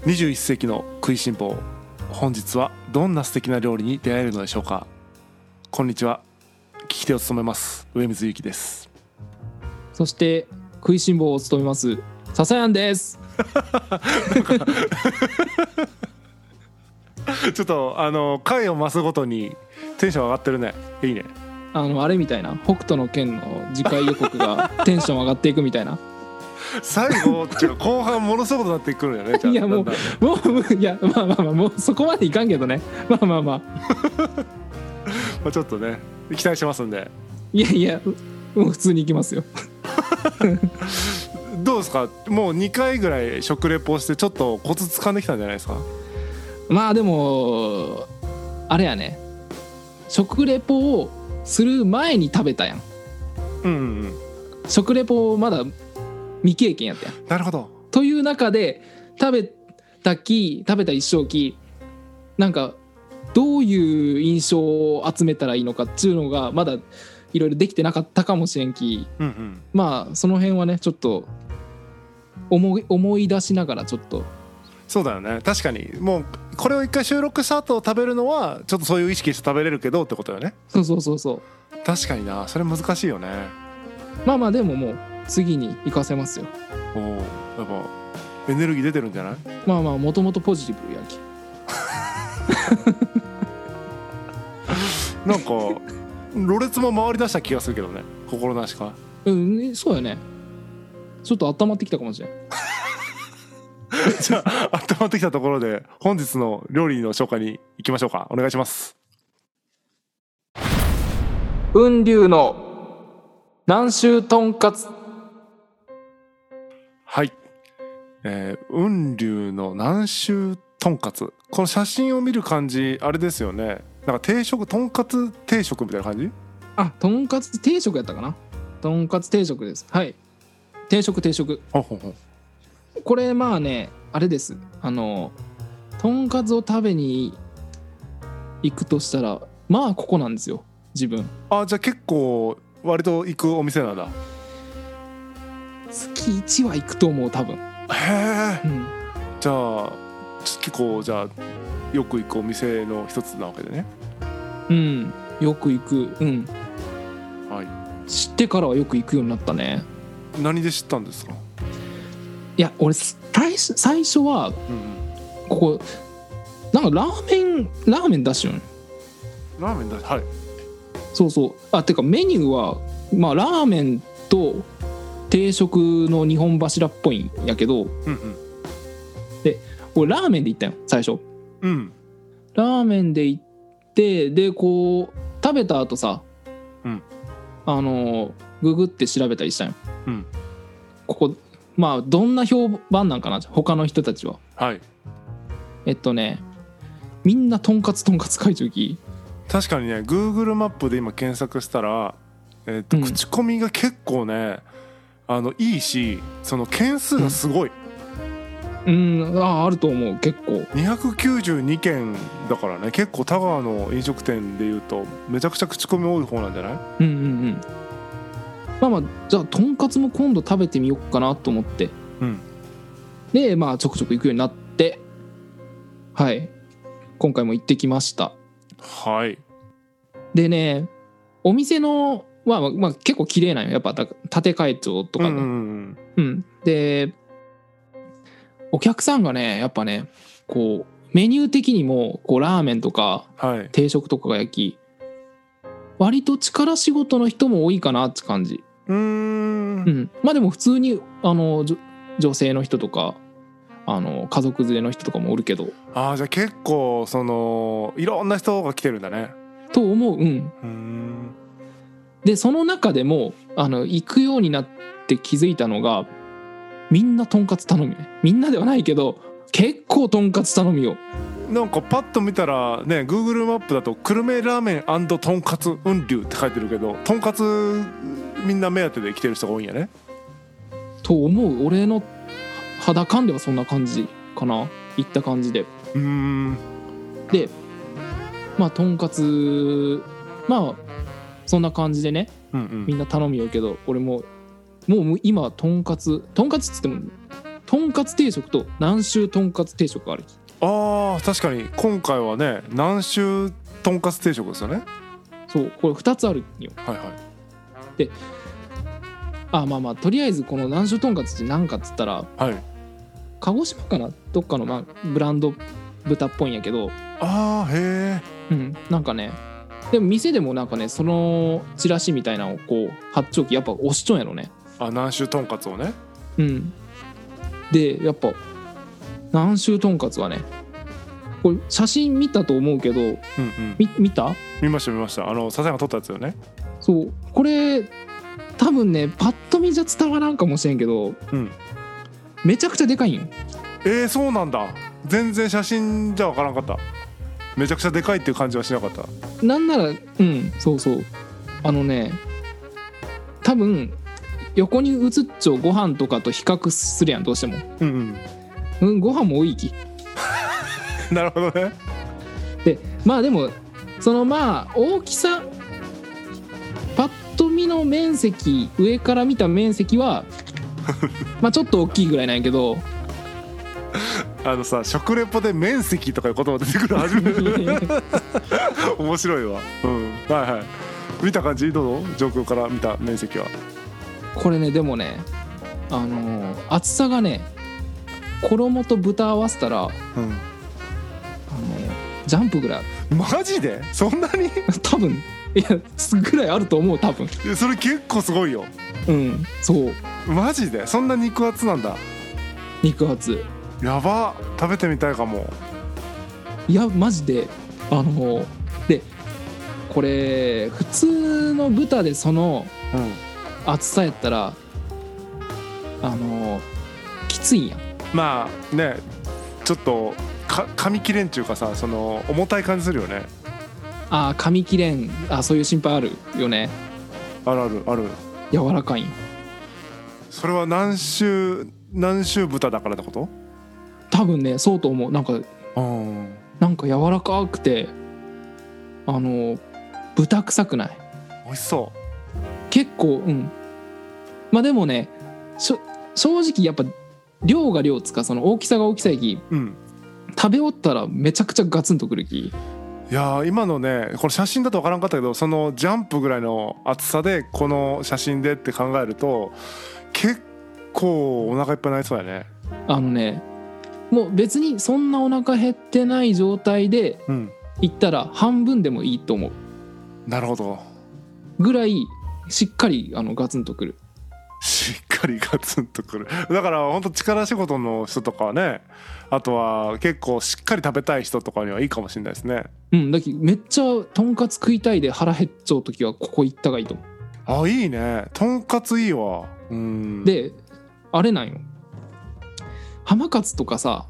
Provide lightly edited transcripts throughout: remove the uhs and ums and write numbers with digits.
21世紀の食いしん坊、本日はどんな素敵な料理に出会えるのでしょうか。こんにちは、聞き手を務めます上水ゆきです。 そして食いしん坊を務めます笹やんですちょっと回を増すごとにテンション上がってるね。いいね。 あれみたいな北斗の拳の次回予告がテンション上がっていくみたいな最後っていうか後半ものすごくなってくるんだよね。 いやもういやまあもうそこまでいかんけどね。まあまあちょっとね期待しますんで。 いやもう普通に行きますよどうですか。もう2回ぐらい食レポしてちょっとコツ掴んできたんじゃないですか。 まあでもあれやね、食レポをする前に食べたやん。 うんうんうん。 食レポまだ未経験やったやん。 なるほど。 という中で食べた一生期なんかどういう印象を集めたらいいのかっていうのがまだいろいろできてなかったかもしれんき、 うんうん、 まあその辺はねちょっと思い出しながらちょっと。 そうだよね。確かにもうこれを一回収録した後食べるのはちょっとそういう意識して食べれるけどってことよね。 そう確かにな、それ難しいよね。 まあでももう次に活かせますよ。 おお、やっぱエネルギー出てるんじゃない。 まあもともとポジティブやきなんかろれつも回り出した気がするけどね、心なしか。 そうやね。ちょっと温まってきたかもしれんじゃあ温まってきたところで本日の料理の紹介に行きましょうか。お願いします。 雲龍の南州とんかつ。 はい、雲龍の南州とんかつ。この写真を見る感じあれですよね。なんか定食、とんかつ定食みたいな感じ。 とんかつ定食やったかな。とんかつ定食です。はい、定食。 ほほ。 これまあねあれです。とんかつを食べに行くとしたらまあここなんですよ自分。 じゃあ結構割と行くお店なんだ。 月1は行くと思う多分。 へえ、じゃあ結構じゃあよく行くお店の一つなわけでね。 よく行く。 はい。 知ってからはよく行くようになったね。 何で知ったんですか。 いや俺最初はここなんかラーメン出しよん。 ラーメンだ。はい。 そうてかメニューはまあラーメンと定食の2本柱っぽいんやけど、で俺ラーメンで行ったよ最初。ラーメンで行ってでこう食べた後さ、ググって調べたりしたんよ。ここまあどんな評判なんかな他の人たちは。 はい。 みんなとんかつ書いてるき。確かにね Google マップで今検索したら、口コミが結構ねいいし、その件数がすごい。 あると思う。結構 292件だからね。結構田川の飲食店でいうとめちゃくちゃ口コミ多い方なんじゃない。 まあじゃあとんかつも今度食べてみようかなと思って、でまあちょくちょく行くようになって、はい今回も行ってきました。 はい。 でねお店のまあ結構綺麗なんよ。やっぱ建会長とかね。でお客さんがねやっぱねこうメニュー的にもこうラーメンとか定食とかが焼き、割と力仕事の人も多いかなって感じ。まあでも普通に女性の人とか家族連れの人とかもおるけど。 じゃあ結構いろんな人が来てるんだねと思う。でその中でも行くようになって気づいたのがみんなとんかつ頼みね。みんなではないけど結構とんかつ頼みよ。 なんかパッと見たらね Google マップだと久留米ラーメン&とんかつ雲龍って書いてるけど、とんかつみんな目当てで来てる人が多いんやね。 と思う。俺の肌感ではそんな感じかな。行った感じで。でまあとんかつまあそんな感じでね、みんな頼みようけど俺もう今とんかつっつってもとんかつ定食と南州とんかつ定食がある。 確かに今回はね南州とんかつ定食ですよね。 そうこれ2つあるよ。 はいはい。 でまあとりあえずこの南州とんかつって何かっつったら、 はい、 鹿児島かなどっかのブランド豚っぽいんやけど、 へえ、 なんかねでも店でもなんかねそのチラシみたいなのをこう発聴器やっぱ押しちょんやろね。 南州とんかつをね。 でやっぱ南州とんかつはねこれ写真見たと思うけど、見た？ 見ました佐々が撮ったやつよね。 そうこれ多分ねパッと見じゃ伝わらんかもしれんけど、めちゃくちゃでかいんよ。 そうなんだ。全然写真じゃ分からんかった。めちゃくちゃでかいっていう感じはしなかった。 なんならそう多分横に写っちゃうご飯とかと比較するやんどうしても。ご飯も多いきなるほどね。 ででもその大きさパッと見の面積上から見た面積はちょっと大きいぐらいなんやけど食レポで面積とかいう言葉出てくるの初めて面白いわ。はいはい。見た感じどう？上空から見た面積は。 これねでもね厚さがね衣と豚合わせたら、ジャンプぐらいある。 マジで？そんなに？ 多分ぐらいあると思う多分。 それ結構すごいよ。 そうマジでそんな肉厚なんだ。 肉厚やば。食べてみたいかも。 いやマジででこれ普通の豚でその厚さやったらきついんや。 ねちょっと噛み切れんちゅうかさその重たい感じするよね。 噛み切れん。そういう心配あるよね。 ある柔らかいん。 それは南州豚だからってこと？ 多分ねそうと思う。なんか柔らかくて豚臭くない。 美味しそう。 結構でもね正直やっぱ量が量つかその大きさが大きさやき、食べ終わったらめちゃくちゃガツンとくるき。 いや今のねこれ写真だと分からんかったけどそのジャンプぐらいの厚さでこの写真でって考えると結構お腹いっぱいになりそうやね。 もう別にそんなお腹減ってない状態で行ったら半分でもいいと思う。 なるほど。 ぐらいしっかりガツンとくる。 しっかりガツンとくる。だから本当力仕事の人とかはねあとは結構しっかり食べたい人とかにはいいかもしれないですね。 だけどめっちゃとんかつ食いたいで腹減っちゃう時はここ行ったがいいと思う。 いいね。とんかついいわ。 であれなんよ浜カツとかさ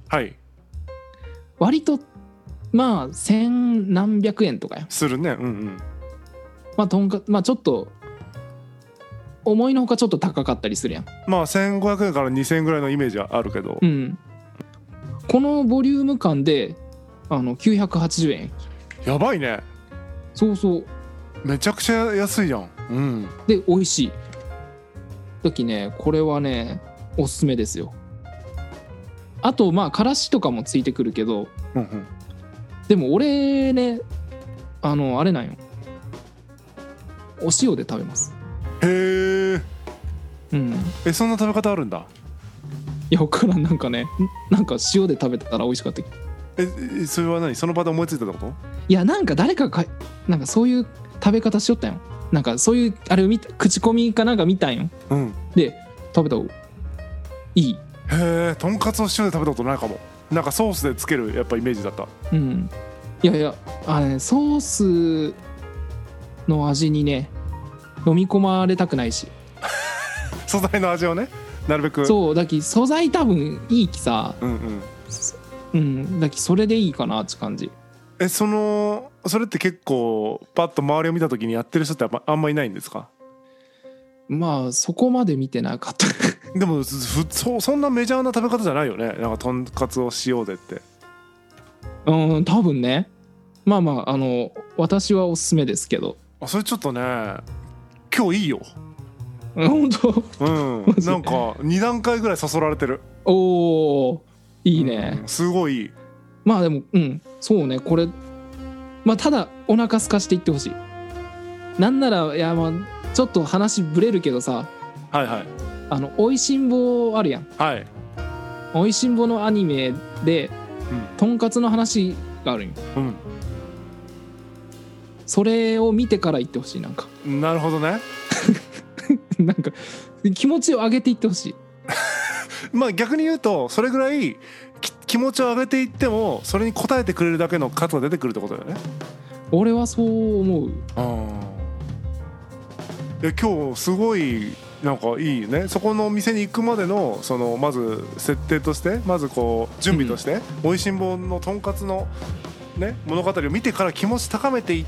割と千何百円とかよするね。 とんかちょっと思いのほかちょっと高かったりするやん。 1500円から2000円ぐらいのイメージはあるけど、 このボリューム感で980円。 やばいね。 そうめちゃくちゃ安いやん。 で美味しい時ねこれはねおすすめですよ。あとからしとかもついてくるけど、でも俺ねあれなんよお塩で食べます。 へえ。そんな食べ方あるんだ。 いや分からん。なんか塩で食べたら美味しかった。 それは何その場で思いついたってこと？いや誰かなんかそういう食べ方しよったんよ。なんかそういうあれを口コミかなんか見たんよ。で食べた方がいい。 へえ。とんかつを塩で食べたことないかも。なんかソースでつけるやっぱイメージだった。 いやソースの味にね飲み込まれたくないし素材の味をねなるべく。 そうだき素材多分いいきさ。だきそれでいいかなって感じ。 それって結構パッと周りを見た時にやってる人ってあんまいないんですか？ そこまで見てなかったでもそんなメジャーな食べ方じゃないよね。なんかとんかつを塩でって。 多分ね。私はおすすめですけど。 それちょっとね今日いいよ。 本当？ なんか2段階ぐらいそそられてる。 おーいいね、 すごいいい。 まあでもそうね、これまあただお腹空かしていってほしい。なんならいやまあちょっと話ブレるけどさ、 はいはい、 おいしんぼあるやん。 はい、 おいしんぼのアニメでとんかつの話があるんよ。それを見てから言ってほしい。なんかなるほどねなんか気持ちを上げていってほしいまあ逆に言うとそれぐらい気持ちを上げていってもそれに応えてくれるだけの数が出てくるってことだよね。 俺はそう思う。 今日すごいなんかいいね。そこの店に行くまでのそのまず設定としてまずこう準備として、おいしんぼのとんかつのね物語を見てから気持ち高めていって、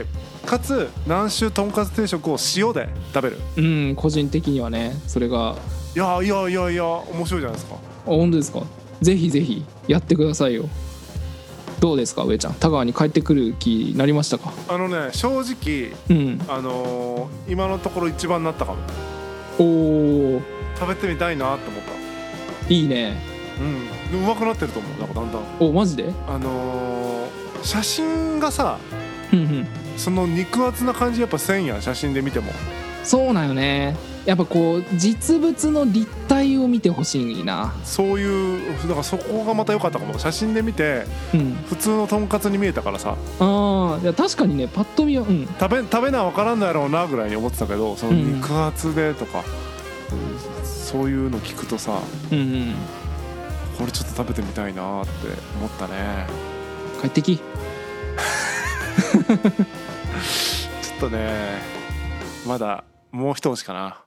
かつ南州とんかつ定食を塩で食べる。 個人的にはねそれがいや面白いじゃないですか。 本当ですか。ぜひぜひやってくださいよ。どうですか上ちゃん、田川に帰ってくる気になりましたか。 正直、今のところ一番なったかも。 おー食べてみたいなって思った。 いいね。 うまくなってると思う。なんかだんだんおマジで写真がさ、その肉厚な感じやっぱせんやん、写真で見ても。 そうなんよね。やっぱこう実物の立体を見てほしいな。 そういうだからそこがまた良かったかも。写真で見て、普通のとんかつに見えたからさ。 いや確かにね、パッと見は、 食べな分からんのやろうなぐらいに思ってたけど、その肉厚でとか、そういうの聞くとさ、これちょっと食べてみたいなって思ったね。 帰ってきちょっとねまだもう一押しかな。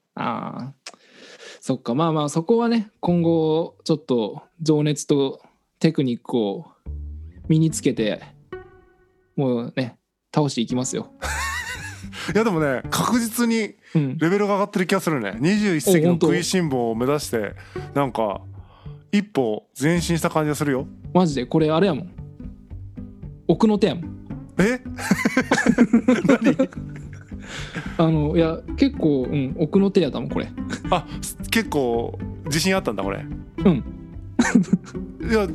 そっか。まあまあそこはね今後ちょっと情熱とテクニックを身につけてもうね倒していきますよいやでもね確実にレベルが上がってる気がするね。21世紀の食いしん坊を目指してなんか一歩前進した感じがするよ。 マジでこれあれやもん、奥の手やもん。何いや結構、奥の手やったもんこれ。 結構自信あったんだこれ。いや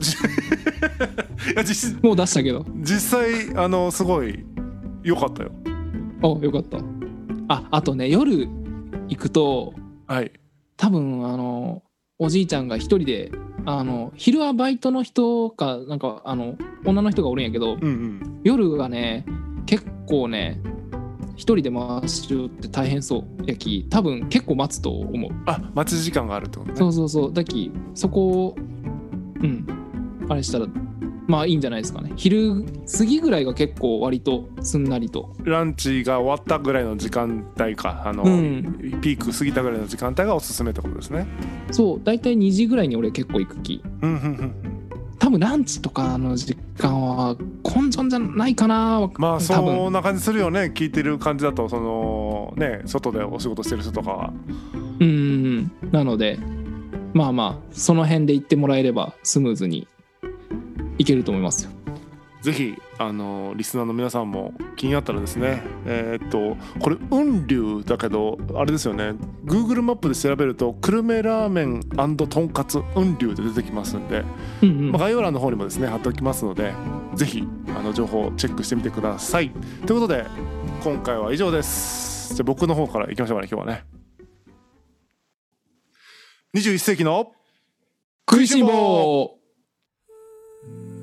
もう出したけど実際すごい良かったよ。 よかった。あとね夜行くと、多分おじいちゃんが一人で昼はバイトの人かなんか女の人がおるんやけど、夜がね結構ね一人で回しるって大変そうやき、多分結構待つと思う。 待ち時間があるってことね。 そうだきそこをあれしたらまあいいんじゃないですかね。昼過ぎぐらいが結構割とすんなりと。 ランチが終わったぐらいの時間帯かピーク過ぎたぐらいの時間帯がおすすめってことですね。 そうだいたい2時ぐらいに俺結構行く気。多分ランチとかの時間は根性じゃないかな。 まあそんな感じするよね。聞いてる感じだとそのね外でお仕事してる人とかは。 なのでまあその辺で行ってもらえればスムーズにいけると思いますよ。 ぜひリスナーの皆さんも気になったらですね、これ雲龍だけどあれですよね。 Google マップで調べると久留米ラーメン&とんかつ雲龍で出てきますんで、概要欄の方にもですね貼っておきますので、ぜひ情報をチェックしてみてください。ということで今回は以上です。じゃあ僕の方からいきましょうかね。今日はね21世紀の食いしん坊。